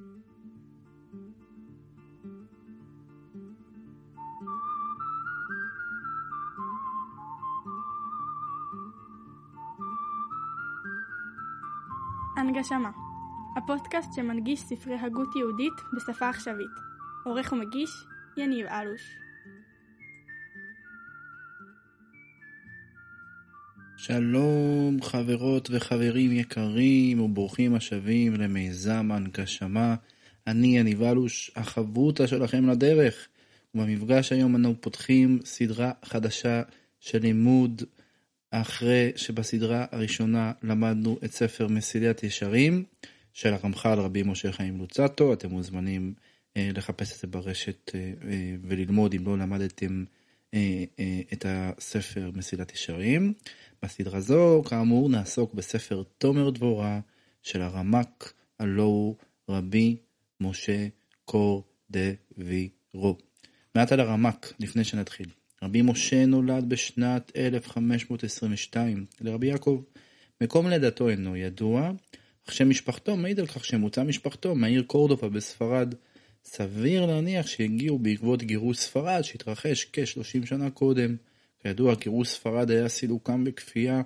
הנגשמה, הפודקאסט שמנגיש ספרי הגות יהודית בשפה עכשווית. עורך ומגיש, יניב אלוש. שלום חברות וחברים יקרים וברוכים השבים למיזם הנגשמה. אני יניב אלוש, החברותה שלכם לדרך. ובמפגש היום אנו פותחים סדרה חדשה של לימוד, אחרי שבסדרה הראשונה למדנו את ספר מסילת ישרים של הרמח"ל רבי משה חיים לוצאטו. אתם מוזמנים לחפש את זה ברשת וללמוד אם לא למדתם את הספר מסילת ישרים. בסדרה זו כאמור נעסוק בספר תומר דבורה של הרמ"ק, הלוא הוא רבי משה קורדווירו. מעט על הרמ"ק לפני שנתחיל. רבי משה נולד בשנת 1522 לרבי יעקב. מקום לידתו אינו ידוע, אך שם משפחתו מעיד על כך שמוצא משפחתו מהעיר קורדובה בספרד. סביר להניח שהגיעו בעקבות גירוש ספרד שהתרחש כ-30 שנה קודם. כידוע, גירוש ספרד היה סילוקם בכפייה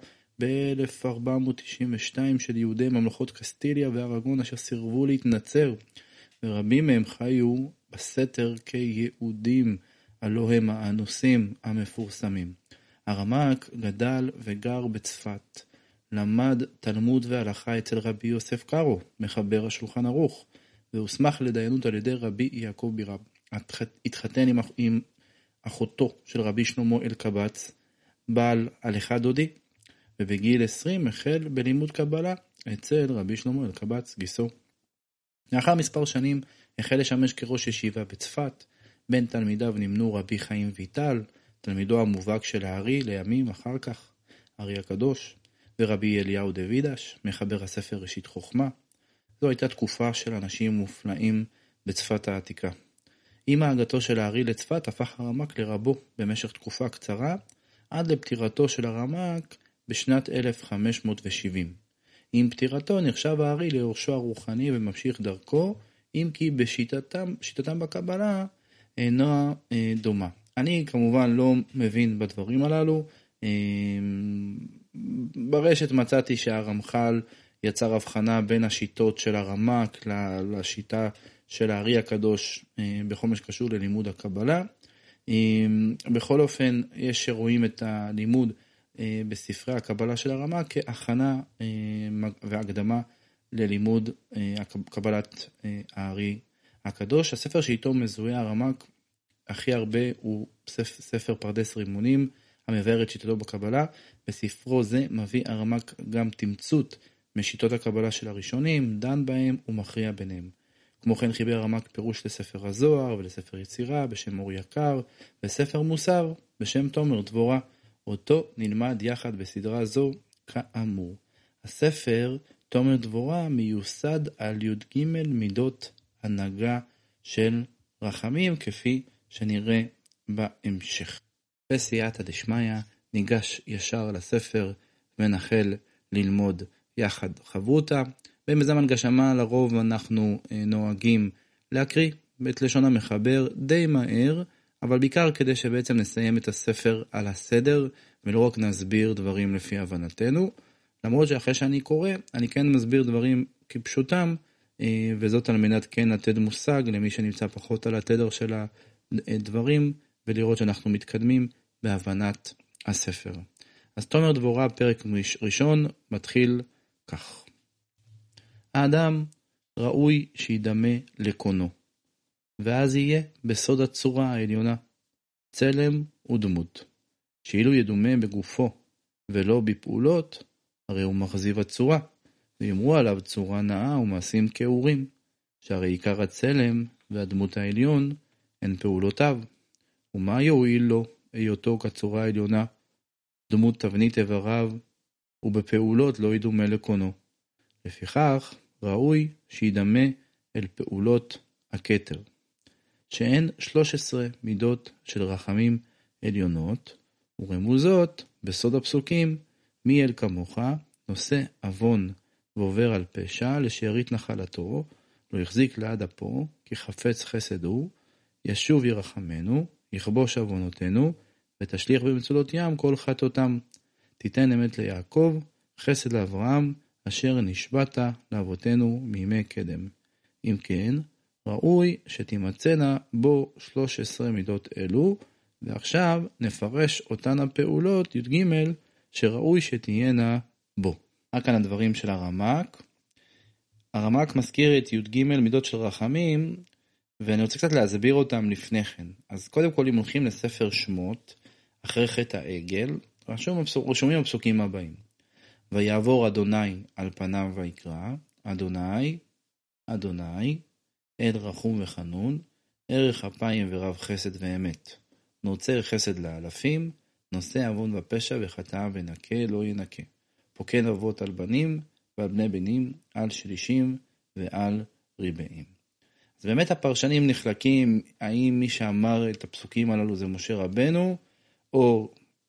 ב-1492 של יהודי ממלכות קסטיליה וארגון אשר סירבו להתנצר, ורבים מהם חיו בסתר כיהודים, הלא הם האנוסים המפורסמים. הרמ"ק גדל וגר בצפת, למד תלמוד והלכה אצל רבי יוסף קארו, מחבר השולחן ערוך, והוסמך לדיינות על ידי רבי יעקב בירב. התחתן עם אחותו של רבי שלמה אלקבץ, בעל הלכה דודי, ובגיל 20 החל בלימוד קבלה אצל רבי שלמה אלקבץ גיסו. לאחר מספר שנים החל לשמש כראש ישיבה בצפת. בין תלמידיו נמנו רבי חיים ויטל, תלמידו המובהק של הארי לימים אחר כך, הארי הקדוש, ורבי אליהו דוידש, מחבר הספר ראשית חוכמה. זו הייתה תקופה של אנשים מופלאים בצפת העתיקה. עם ההגעתו של הארי לצפת הפך הרמ"ק לרבו במשך תקופה קצרה, עד לפטירתו של הרמ"ק בשנת 1570. עם פטירתו נחשב הארי ליורשו הרוחני וממשיך דרכו, אם כי בשיטתם בקבלה אינה דומה. אני כמובן לא מבין בדברים הללו. ברשת מצאתי שהרמח"ל יצר הבחנה בין השיטות של הרמ"ק לשיטה של הארי הקדוש בכל מה שקשור ללימוד הקבלה. בכל אופן, יש שרואים את הלימוד בספרי הקבלה של הרמ"ק כהכנה והקדמה ללימוד קבלת הארי הקדוש. הספר שאיתו מזוהה הרמ"ק הכי הרבה הוא ספר פרדס רימונים, המבאר את שיטתו בקבלה. בספרו זה מביא הרמ"ק גם תמצות משיטות הקבלה של הראשונים, דן בהם ומכריע ביניהם. כמו כן חיבר הרמ"ק פירוש לספר הזוהר ולספר יצירה בשם אור יקר, וספר מוסר בשם תומר דבורה, אותו נלמד יחד בסדרה זו כאמור. הספר תומר דבורה מיוסד על י"ג מידות הנהגה של רחמים, כפי שנראה בהמשך. בסייעתא דשמיא ניגש ישר לספר ונחל ללמוד יחד חברותה. במיזם הנגשמה לרוב אנחנו נוהגים להקריא את לשון המחבר די מהר, אבל בעיקר כדי שבעצם נסיים את הספר על הסדר ולא רק נסביר דברים לפי הבנתנו. למרות שאחרי שאני קורא אני כן מסביר דברים כפשוטם, וזאת על מנת כן לתת מושג למי שנמצא פחות על התדר של הדברים ולראות שאנחנו מתקדמים בהבנת הספר. אז תומר דבורה פרק ראשון מתחיל כך. האדם ראוי שידמה לקונו, ואז יהיה בסוד הצורה העליונה, צלם ודמות. שאילו ידומה בגופו ולא בפעולות, הרי הוא מחזיב הצורה, ויאמרו עליו צורה נאה ומעשים כאורים, שהרי עיקר הצלם והדמות העליון הן פעולותיו. ומה יועיל לו היותו כצורה העליונה, דמות תבנית איבריו, ובפעולות לא ידומה לקונו. לפיכך ראוי שידמה אל פעולות הכתר, שהן 13 מידות של רחמים עליונות, ורמוזות בסוד הפסוקים, מי אל כמוך, נושא אבון ועובר על פשע לשארית נחלתו, לא יחזיק לעד אפו, כי חפץ חסד הוא, ישוב ירחמנו, יכבוש עוונותינו, ותשליך במצולות ים כל חטאותם. תיתן אמת ליעקב, חסד לאברהם, אשר נשבעת לאבותינו מימי קדם. אם כן, ראוי שתימצאנה בו 13 מידות אלו, ועכשיו נפרש אותן הפעולות י"ג שראוי שתהיינה בו. רק כאן הדברים של הרמ"ק. הרמ"ק מזכיר את י"ג מידות של רחמים, ואני רוצה קצת להסביר אותם לפני כן. אז קודם כל, אם הולכים לספר שמות, אחרי חטא העגל, רשומים הפסוקים הבאים. ויעבור אדוני על פניו ויקרא, אדוני, אדוני, אל רחום וחנון, ערך אפיים ורב חסד ואמת. נוצר חסד לאלפים, נושא עוון ופשע וחטא ונקה לא ינקה. פוקד אבות על בנים ועל בני בנים, על שלישים ועל ריבעים. אז באמת הפרשנים נחלקים, האם מי שאמר את הפסוקים הללו זה משה רבנו, או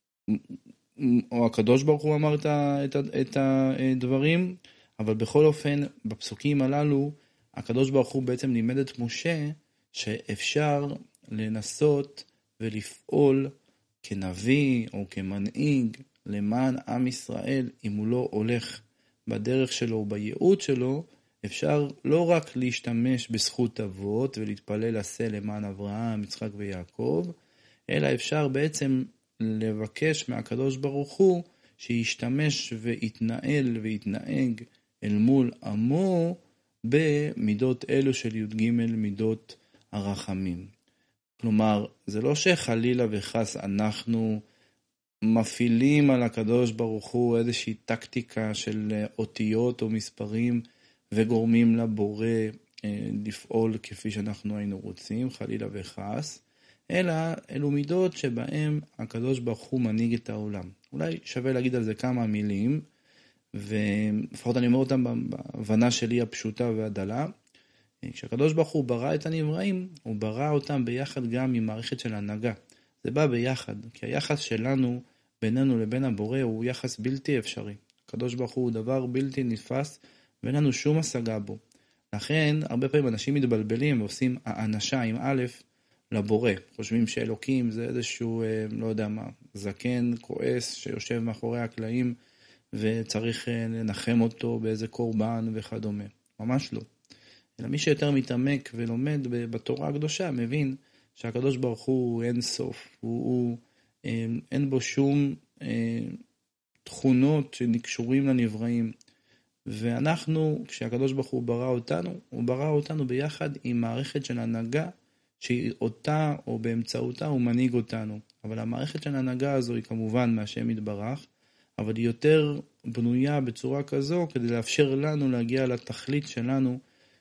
הקדוש ברוך הוא אמר את הדברים, אבל בכל אופן בפסוקים הללו, הקדוש ברוך הוא בעצם לימד את משה שאפשר לנסות ולפעול כנביא או כמנהיג למען עם ישראל, אם הוא לא הולך בדרך שלו ובייעוד שלו, אפשר לא רק להשתמש בזכות אבות ולהתפלל עשה למען אברהם, יצחק ויעקב, אלא אפשר בעצם לבקש מהקדוש ברוך הוא שישתמש ויתנהל ויתנהג אל מול עמו במידות אלו של י"ג מידות הרחמים. כלומר, זה לא שחלילה וחס אנחנו מפעילים על הקדוש ברוך הוא איזושהי טקטיקה של אותיות או מספרים וגורמים לבורא לפעול כפי שאנחנו היינו רוצים, חלילה וחס, אלא אלו מידות שבהם הקדוש ברוך הוא מנהיג את העולם. אולי שווה להגיד על זה כמה מילים, ולפחות אני אומר אותם בהבנה שלי הפשוטה והדלה. כשהקדוש ברוך הוא ברא את הנבראים, הוא ברא אותם ביחד גם עם מערכת של הנהגה. זה בא ביחד, כי היחס שלנו בינינו לבין הבורא הוא יחס בלתי אפשרי. הקדוש ברוך הוא דבר בלתי נתפס, ואין לנו שום השגה בו. לכן, הרבה פעמים אנשים מתבלבלים ועושים האנשה עם א' לבורא. חושבים שאלוקים זה איזשהו, לא יודע מה, זקן, כועס, שיושב מאחורי הקלעים, וצריך לנחם אותו באיזה קורבן וכדומה. ממש לא. אלא מי שיותר מתעמק ולומד בתורה הקדושה, מבין שהקדוש ברוך הוא אין סוף. אין בו שום תכונות שנקשורים לנבראים. ואנחנו, כשהקדוש ברוך הוא ברא אותנו, הוא ברא אותנו ביחד עם מערכת של הנהגה, שהיא אותה או באמצעותה הוא מנהיג אותנו. אבל המערכת של הנהגה הזו היא כמובן מהשם יתברך, אבל היא יותר בנויה בצורה כזו כדי לאפשר לנו להגיע לתכלית שלנו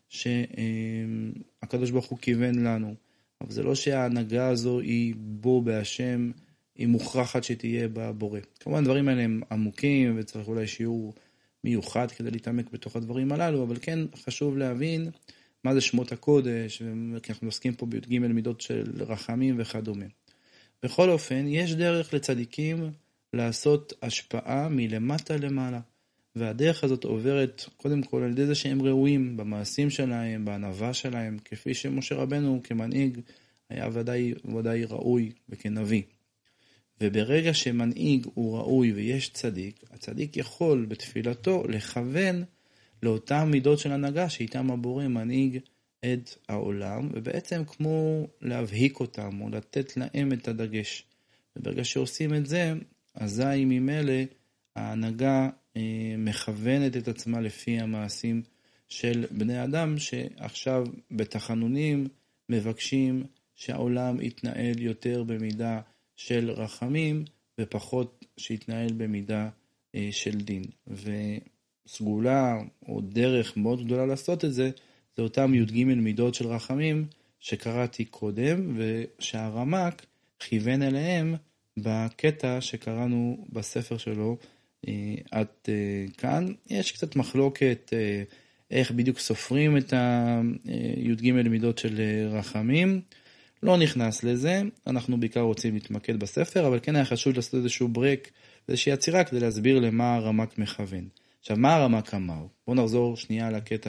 שהקדוש ברוך הוא כיוון לנו. אבל זה לא שההנהגה הזו היא בו בהשם, היא מוכרחת שתהיה בבורא. כמובן הדברים האלה הם עמוקים וצריך אולי שיעור מיוחד כדי להתעמק בתוך הדברים הללו, אבל כן חשוב להבין מה זה שמות הקודש, כי אנחנו עוסקים פה בי"ג מידות של רחמים וכדומה. בכל אופן, יש דרך לצדיקים לעשות השפעה מלמטה למעלה, והדרך הזאת עוברת קודם כל על ידי זה שהם ראויים במעשים שלהם, בענווה שלהם, כפי שמשה רבנו כמנהיג היה ודאי ראוי וכנביא. וברגע שמנהיג הוא ראוי ויש צדיק, הצדיק יכול בתפילתו לכוון לאותן מידות של הנהגה שאיתם הבורא מנהיג את העולם, ובעצם כמו להבהיק אותם או לתת להם את הדגש. וברגע שעושים את זה, אזי ממילא ההנהגה מכוונת את עצמה לפי המעשים של בני אדם, שעכשיו בתחנונים מבקשים שהעולם יתנהל יותר במידה של רחמים, ופחות שיתנהל במידה של דין. וסגולה או דרך מאוד גדולה לעשות את זה, זה אותם י"ג מידות של רחמים שקראתי קודם, ושהרמ"ק כיוון אליהם בקטע שקראנו בספר שלו עד כאן. יש קצת מחלוקת איך בדיוק סופרים את הי"ג מידות של רחמים. לא נכנס לזה, אנחנו בעיקר רוצים להתמקד בספר, אבל כן היה חשוב לעשות איזשהו ברק, איזושהי עצירה כדי להסביר למה הרמ"ק מכוון. עכשיו, מה הרמ"ק אמר? בואו נחזור שנייה לקטע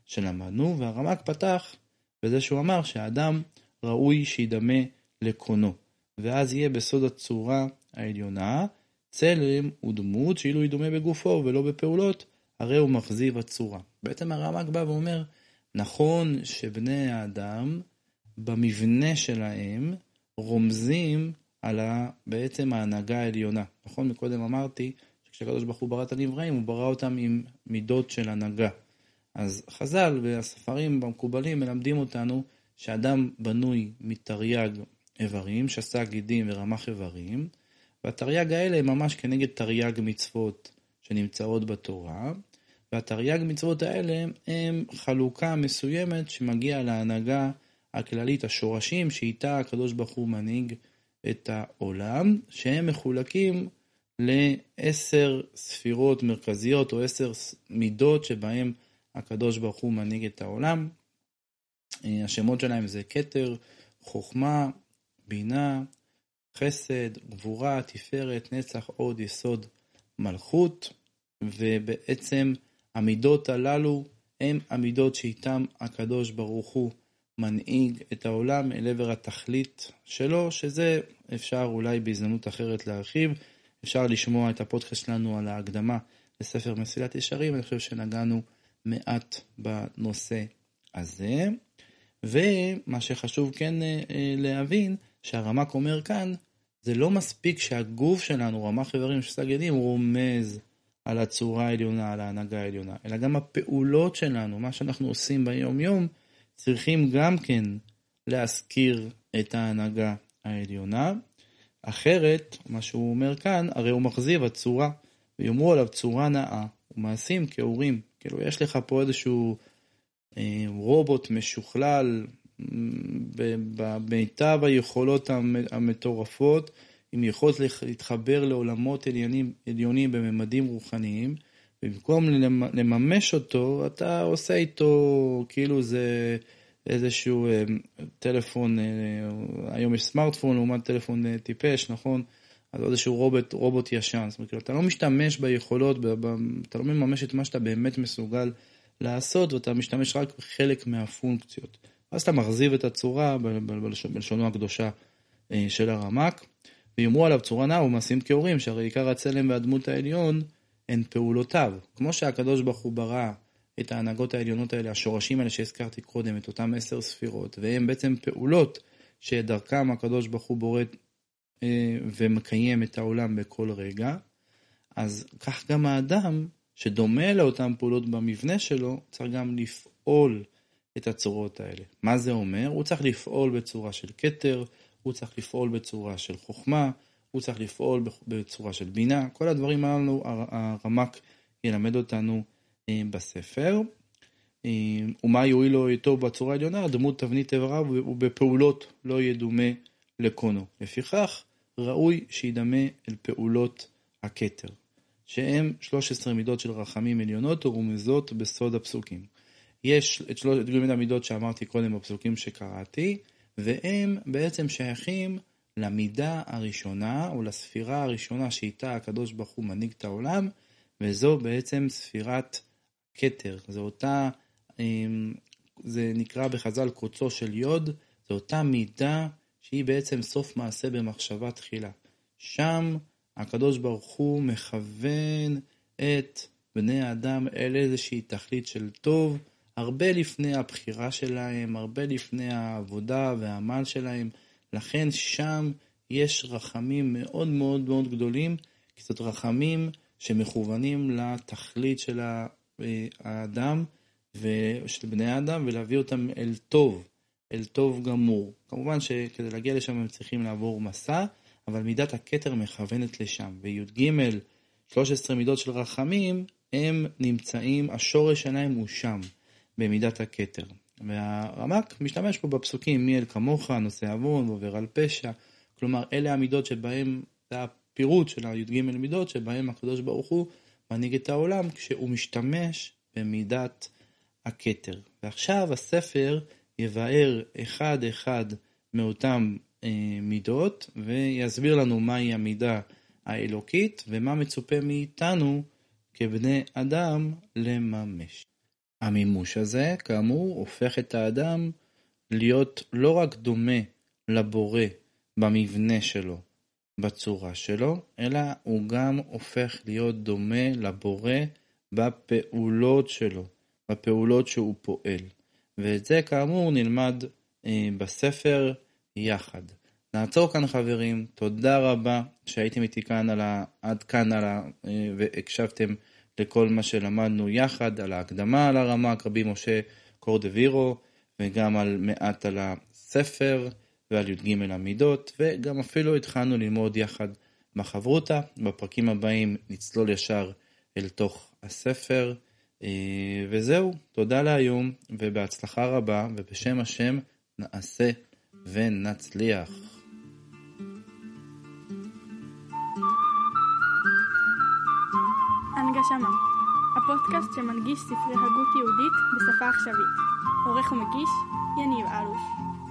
שלמדנו, והרמ"ק פתח בזה שהוא אמר שהאדם ראוי שידמה לקונו, ואז יהיה בסוד הצורה העליונה צלם ודמות שאילו ידומה בגופו ולא בפעולות, הרי הוא מחזיב הצורה. בעצם הרמ"ק בא ואומר, נכון שבני האדם במבנה שלהם רומזים על בעצם ההנהגה העליונה. נכון, מקודם אמרתי שכשהקדוש ברוך הוא ברא את הנבראים, הוא ברא אותם עם מידות של הנהגה. אז חז"ל והספרים המקובלים מלמדים אותנו שאדם בנוי מתרי"ג איברים, שס"ה גידים ורמ"ח איברים, והתרי"ג האלה הם ממש כנגד תרי"ג מצוות שנמצאות בתורה, והתרי"ג מצוות האלה הם חלוקה מסוימת שמגיעה להנהגה הכללית, השורשים שאיתה הקדוש ברוך הוא מנהיג את העולם, שהם מחולקים ל10 ספירות מרכזיות או 10 מידות שבהם הקדוש ברוך הוא מנהיג את העולם. השמות שלהם זה כתר, חוכמה, בינה, חסד, גבורה, תפארת, נצח, הוד, יסוד, מלכות, ובעצם המידות הללו הם המידות שאיתם הקדוש ברוך הוא מנהיג את העולם אל עבר התכלית שלו, שזה אפשר אולי בהזדמנות אחרת להרחיב. אפשר לשמוע את הפודקאסט שלנו על ההקדמה לספר מסילת ישרים, אני חושב שנגענו מעט בנושא הזה. ומה שחשוב כן להבין, שהרמ"ק אומר כאן, זה לא מספיק שהגוף שלנו, רמ"ח איברים שס"ה גידים, רומז על הצורה העליונה, על ההנהגה העליונה, אלא גם הפעולות שלנו, מה שאנחנו עושים ביום יום, צריכים גם כן להזכיר את ההנהגה העליונה. אחרת, מה שהוא אומר כאן, הרי הוא מחזיב הצורה, ויאמרו עליו צורה נאה, ומעשים כאורים. כאילו יש לך פה איזשהו רובוט משוכלל, במיטב היכולות המטורפות, עם יכולת להתחבר לעולמות עליונים בממדים רוחניים, ובמקום לממש אותו, אתה עושה איתו כאילו זה איזשהו טלפון, היום יש סמארטפון לעומת טלפון טיפש, נכון? אז איזשהו רובוט ישן, זאת אומרת, אתה לא משתמש ביכולות, אתה לא מממש את מה שאתה באמת מסוגל לעשות, ואתה משתמש רק בחלק מהפונקציות. אז אתה מחזיב את הצורה בלשונו הקדושה של הרמ"ק, ויאמרו עליו צורה נאה ומעשים כאורים, שהרי עיקר הצלם והדמות העליון הן פעולותיו. כמו שהקדוש ברוך הוא ברא את ההנהגות העליונות האלה, השורשים האלה שהזכרתי קודם, את אותם 10 ספירות, והם בעצם פעולות שדרכם הקדוש ברוך הוא בורא ומקיים את העולם בכל רגע, אז כך גם האדם שדומה לאותן פעולות במבנה שלו, צריך גם לפעול את הצורות האלה. מה זה אומר? הוא צריך לפעול בצורה של כתר, הוא צריך לפעול בצורה של חוכמה, הוא צריך לפעול בצורה של בינה. כל הדברים הללו הרמ"ק ילמד אותנו בספר. ומה יועיל לו איתו בצורה העליונה? דמות תבנית איבריו ובפעולות לא ידומה לקונו. לפיכך ראוי שידמה אל פעולות הכתר, שהם 13 מידות של רחמים עליונות ורומזות בסוד הפסוקים. יש את ג' המידות שאמרתי קודם בפסוקים שקראתי, והם בעצם שייכים למידה הראשונה או לספירה הראשונה שאיתה הקדוש ברוך הוא מנהיג את העולם, וזו בעצם ספירת כתר. זה נקרא בחז"ל קוצו של יוד, זו אותה מידה שהיא בעצם סוף מעשה במחשבה תחילה. שם הקדוש ברוך הוא מכוון את בני האדם אל איזושהי תכלית של טוב, הרבה לפני הבחירה שלהם, הרבה לפני העבודה והעמל שלהם. לכן שם יש רחמים מאוד מאוד מאוד גדולים, כי זאת רחמים שמכוונים לתכלית של האדם ושל בני האדם, ולהביא אותם אל טוב גמור. כמובן שכדי להגיע לשם הם צריכים לעבור מסע, אבל מידת הכתר מכוונת לשם. וי"ג 13 מידות של רחמים, הם נמצאים, השורש שלהם הוא שם, במידת הכתר. והרמ"ק משתמש פה בפסוקים, מי אל כמוך, נושא עוון ועובר על פשע. כלומר, אלה המידות שבהם, זה הפירוט של הי"ג מידות, שבהם הקדוש ברוך הוא מנהיג את העולם, כשהוא משתמש במידת הכתר. ועכשיו הספר יבאר אחד אחד מאותם מידות, ויסביר לנו מהי המידה האלוקית, ומה מצופה מאיתנו כבני אדם לממש. המימוש הזה, כאמור, הופך את האדם להיות לא רק דומה לבורא במבנה שלו, בצורה שלו, אלא הוא גם הופך להיות דומה לבורא בפעולות שלו, בפעולות שהוא פועל. ואת זה כאמור נלמד בספר יחד. נעצור כאן חברים, תודה רבה שהייתם איתי כאן עד כאן והקשבתם לכל מה שלמדנו יחד, על ההקדמה על הרמ"ק רבי משה קורדווירו, וגם על מעט על הספר ועל י"ג המידות, וגם אפילו התחלנו ללמוד יחד בחברותא. בפרקים הבאים נצלול ישר אל תוך הספר, וזהו, תודה להיום ובהצלחה רבה, ובשם השם נעשה ונצליח. הנגשמה, הפודקאסט שמנגיש ספרי הגות יהודית בשפה עכשווית. עורך ומגיש יניב אלוש.